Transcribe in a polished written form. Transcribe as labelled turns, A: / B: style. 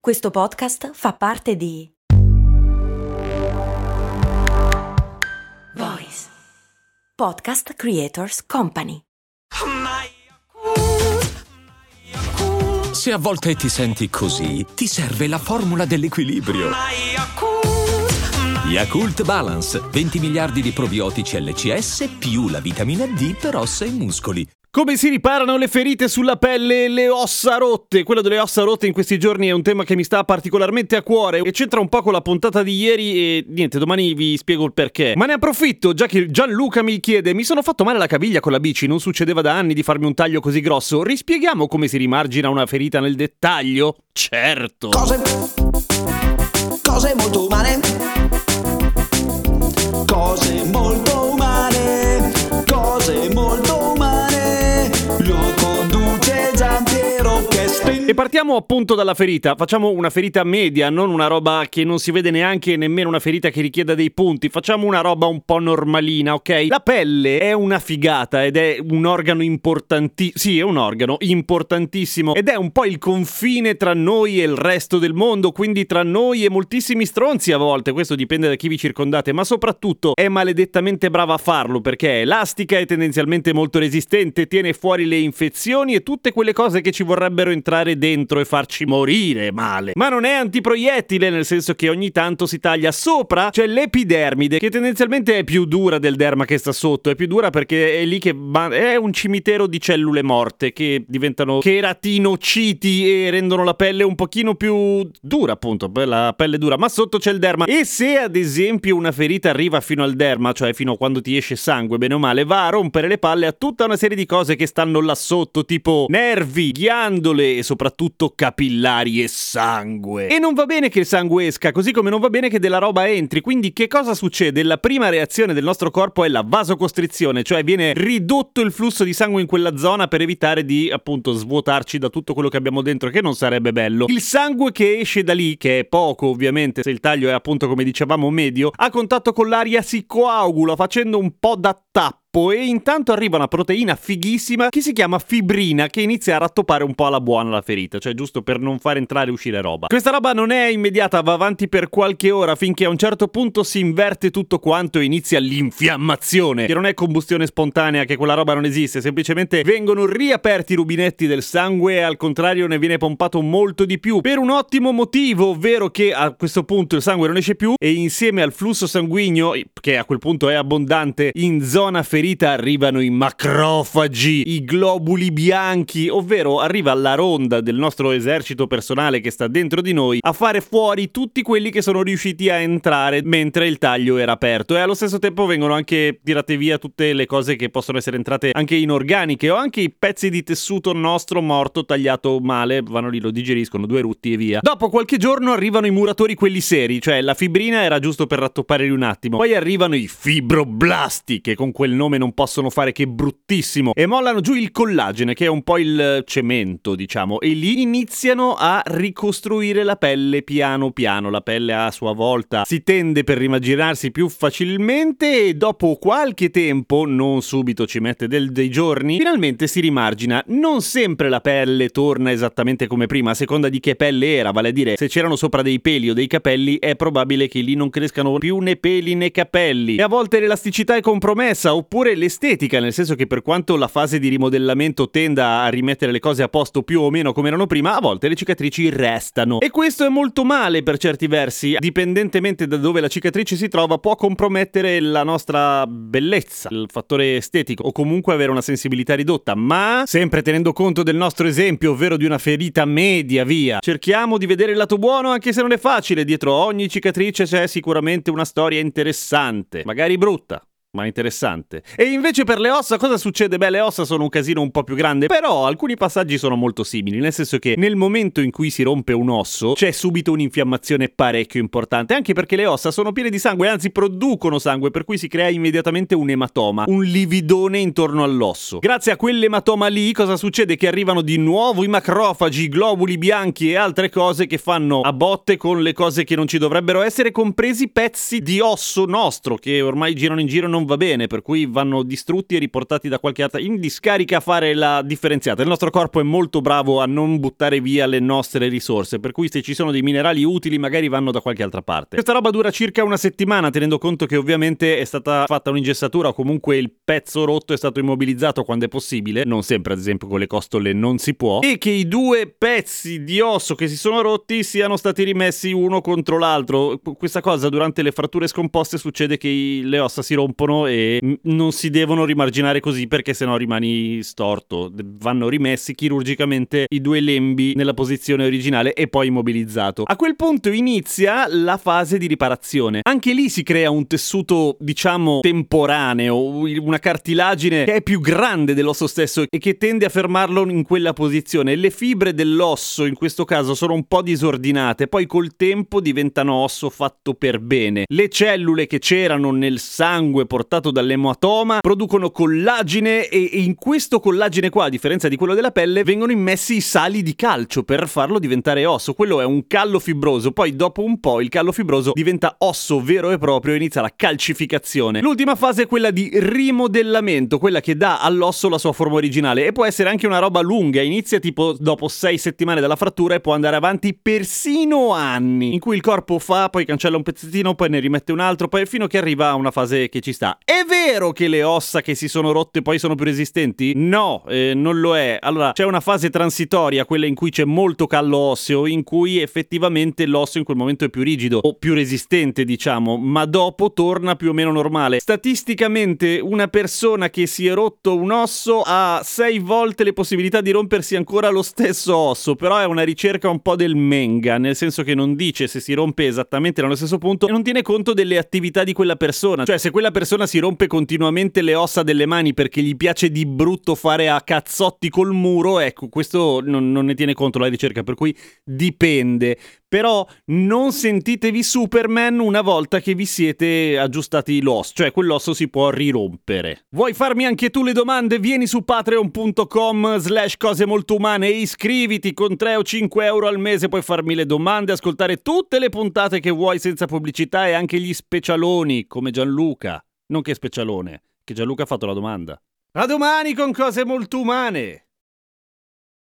A: Questo podcast fa parte di Voice Podcast Creators Company.
B: Se a volte ti senti così, ti serve la formula dell'equilibrio. Yakult Balance, 20 miliardi di probiotici LCS più la vitamina D per ossa e muscoli.
C: Come si riparano le ferite sulla pelle e le ossa rotte? Quello delle ossa rotte in questi giorni è un tema che mi sta particolarmente a cuore e c'entra un po' con la puntata di ieri e niente, domani vi spiego il perché. Ma ne approfitto, già che Gianluca mi chiede: mi sono fatto male alla caviglia con la bici, non succedeva da anni di farmi un taglio così grosso. Rispieghiamo come si rimargina una ferita nel dettaglio? Certo!
D: Cose molto umane. Cose molto umane. Cose molto umane. Lo conduce Giampiero Kesten.
C: E partiamo appunto dalla ferita. Facciamo una ferita media, non una roba che non si vede neanche, nemmeno una ferita che richieda dei punti. Facciamo una roba un po' normalina, ok? La pelle è una figata ed è un organo importantissimo. Sì, è un organo importantissimo ed è un po' il confine tra noi e il resto del mondo, quindi tra noi e moltissimi stronzi a volte. Questo dipende da chi vi circondate, ma soprattutto è maledettamente brava a farlo perché è elastica e tendenzialmente molto resistente, tiene fuori le infezioni e tutte quelle cose che ci vorrebbero entrare dentro e farci morire male. Ma non è antiproiettile, nel senso che ogni tanto si taglia sopra, c'è l'epidermide, che tendenzialmente è più dura del derma che sta sotto. È più dura perché è lì che è un cimitero di cellule morte che diventano cheratinociti e rendono la pelle un pochino più dura, appunto, la pelle dura. Ma sotto c'è il derma. E se ad esempio una ferita arriva fino al derma, cioè fino a quando ti esce sangue, bene o male, va a rompere le palle a tutta una serie di cose che stanno là sotto, tipo nervi, ghiandole e soprattutto capillari e sangue. E non va bene che il sangue esca, così come non va bene che della roba entri. Quindi che cosa succede? La prima reazione del nostro corpo è la vasocostrizione, cioè viene ridotto il flusso di sangue in quella zona per evitare di, appunto, svuotarci da tutto quello che abbiamo dentro, che non sarebbe bello. Il sangue che esce da lì, che è poco ovviamente, se il taglio è appunto, come dicevamo, medio, a contatto con l'aria si coagula facendo un po' da tappo. E intanto arriva una proteina fighissima che si chiama fibrina, che inizia a rattoppare un po' alla buona la ferita, cioè giusto per non far entrare e uscire roba. Questa roba non è immediata, va avanti per qualche ora finché a un certo punto si inverte tutto quanto e inizia l'infiammazione, che non è combustione spontanea, che quella roba non esiste, semplicemente vengono riaperti i rubinetti del sangue e al contrario ne viene pompato molto di più per un ottimo motivo, ovvero che a questo punto il sangue non esce più e insieme al flusso sanguigno, che a quel punto è abbondante, in zona ferita arrivano i macrofagi, i globuli bianchi, ovvero arriva la ronda del nostro esercito personale che sta dentro di noi a fare fuori tutti quelli che sono riusciti a entrare mentre il taglio era aperto, e allo stesso tempo vengono anche tirate via tutte le cose che possono essere entrate anche inorganiche o anche i pezzi di tessuto nostro morto tagliato male, vanno lì, lo digeriscono, 2 rutti e via. Dopo qualche giorno arrivano i muratori, quelli seri, cioè la fibrina era giusto per rattoppare un attimo, poi arrivano i fibroblasti, che con quel nome non possono fare che bruttissimo, e mollano giù il collagene, che è un po' il cemento, diciamo, e lì iniziano a ricostruire la pelle piano piano. La pelle a sua volta si tende per rimaginarsi più facilmente e dopo qualche tempo, non subito, ci mette dei giorni, finalmente si rimargina. Non sempre la pelle torna esattamente come prima, a seconda di che pelle era, vale a dire se c'erano sopra dei peli o dei capelli è probabile che lì non crescano più né peli né capelli, e a volte l'elasticità è compromessa, oppure l'estetica, nel senso che per quanto la fase di rimodellamento tenda a rimettere le cose a posto più o meno come erano prima, a volte le cicatrici restano, e questo è molto male per certi versi. Dipendentemente da dove la cicatrice si trova può compromettere la nostra bellezza, il fattore estetico, o comunque avere una sensibilità ridotta, ma sempre tenendo conto del nostro esempio, ovvero di una ferita media, via. Cerchiamo di vedere il lato buono, anche se non è facile. Dietro ogni cicatrice c'è sicuramente una storia interessante, magari brutta, ma interessante. E invece per le ossa cosa succede? Beh, le ossa sono un casino un po' più grande, però alcuni passaggi sono molto simili, nel senso che nel momento in cui si rompe un osso c'è subito un'infiammazione parecchio importante, anche perché le ossa sono piene di sangue, anzi producono sangue, per cui si crea immediatamente un ematoma, un lividone intorno all'osso. Grazie a quell'ematoma lì cosa succede? Che arrivano di nuovo i macrofagi, i globuli bianchi e altre cose che fanno a botte con le cose che non ci dovrebbero essere, compresi pezzi di osso nostro che ormai girano in giro e non non va bene, per cui vanno distrutti e riportati da qualche altra in discarica a fare la differenziata. Il nostro corpo è molto bravo a non buttare via le nostre risorse, per cui se ci sono dei minerali utili magari vanno da qualche altra parte. Questa roba dura circa una settimana, tenendo conto che ovviamente è stata fatta un'ingessatura o comunque il pezzo rotto è stato immobilizzato quando è possibile, non sempre ad esempio con le costole non si può, e che i due pezzi di osso che si sono rotti siano stati rimessi uno contro l'altro. Questa cosa durante le fratture scomposte succede che le ossa si rompono e non si devono rimarginare così, perché sennò rimani storto. Vanno rimessi chirurgicamente i due lembi nella posizione originale e poi immobilizzato. A quel punto inizia la fase di riparazione. Anche lì si crea un tessuto, diciamo, temporaneo, una cartilagine che è più grande dell'osso stesso e che tende a fermarlo in quella posizione. Le fibre dell'osso in questo caso sono un po' disordinate, poi col tempo diventano osso fatto per bene. Le cellule che c'erano nel sangue portato dall'ematoma producono collagene e in questo collagene qua, a differenza di quello della pelle, vengono immessi i sali di calcio per farlo diventare osso. Quello è un callo fibroso, poi dopo un po' il callo fibroso diventa osso vero e proprio e inizia la calcificazione. L'ultima fase è quella di rimodellamento, quella che dà all'osso la sua forma originale, e può essere anche una roba lunga, inizia tipo dopo 6 settimane dalla frattura e può andare avanti persino anni, in cui il corpo fa, poi cancella un pezzettino, poi ne rimette un altro, poi fino che arriva a una fase che ci sta. È vero che le ossa che si sono rotte poi sono più resistenti? No, non lo è. Allora, c'è una fase transitoria, quella in cui c'è molto callo osseo, in cui effettivamente l'osso in quel momento è più rigido o più resistente, diciamo, ma dopo torna più o meno normale. Statisticamente una persona che si è rotto un osso ha 6 volte le possibilità di rompersi ancora lo stesso osso, però è una ricerca un po' del menga, nel senso che non dice se si rompe esattamente nello stesso punto e non tiene conto delle attività di quella persona. Cioè, se quella persona si rompe continuamente le ossa delle mani perché gli piace di brutto fare a cazzotti col muro, ecco, questo non ne tiene conto la ricerca, per cui dipende. Però non sentitevi Superman una volta che vi siete aggiustati l'osso, cioè quell'osso si può rirompere. Vuoi farmi anche tu le domande? Vieni su patreon.com/cose molto umane e iscriviti. Con 3 o 5 euro al mese puoi farmi le domande, ascoltare tutte le puntate che vuoi senza pubblicità e anche gli specialoni, come Gianluca. Non che specialone, che Gianluca ha fatto la domanda. A domani con Cose molto umane!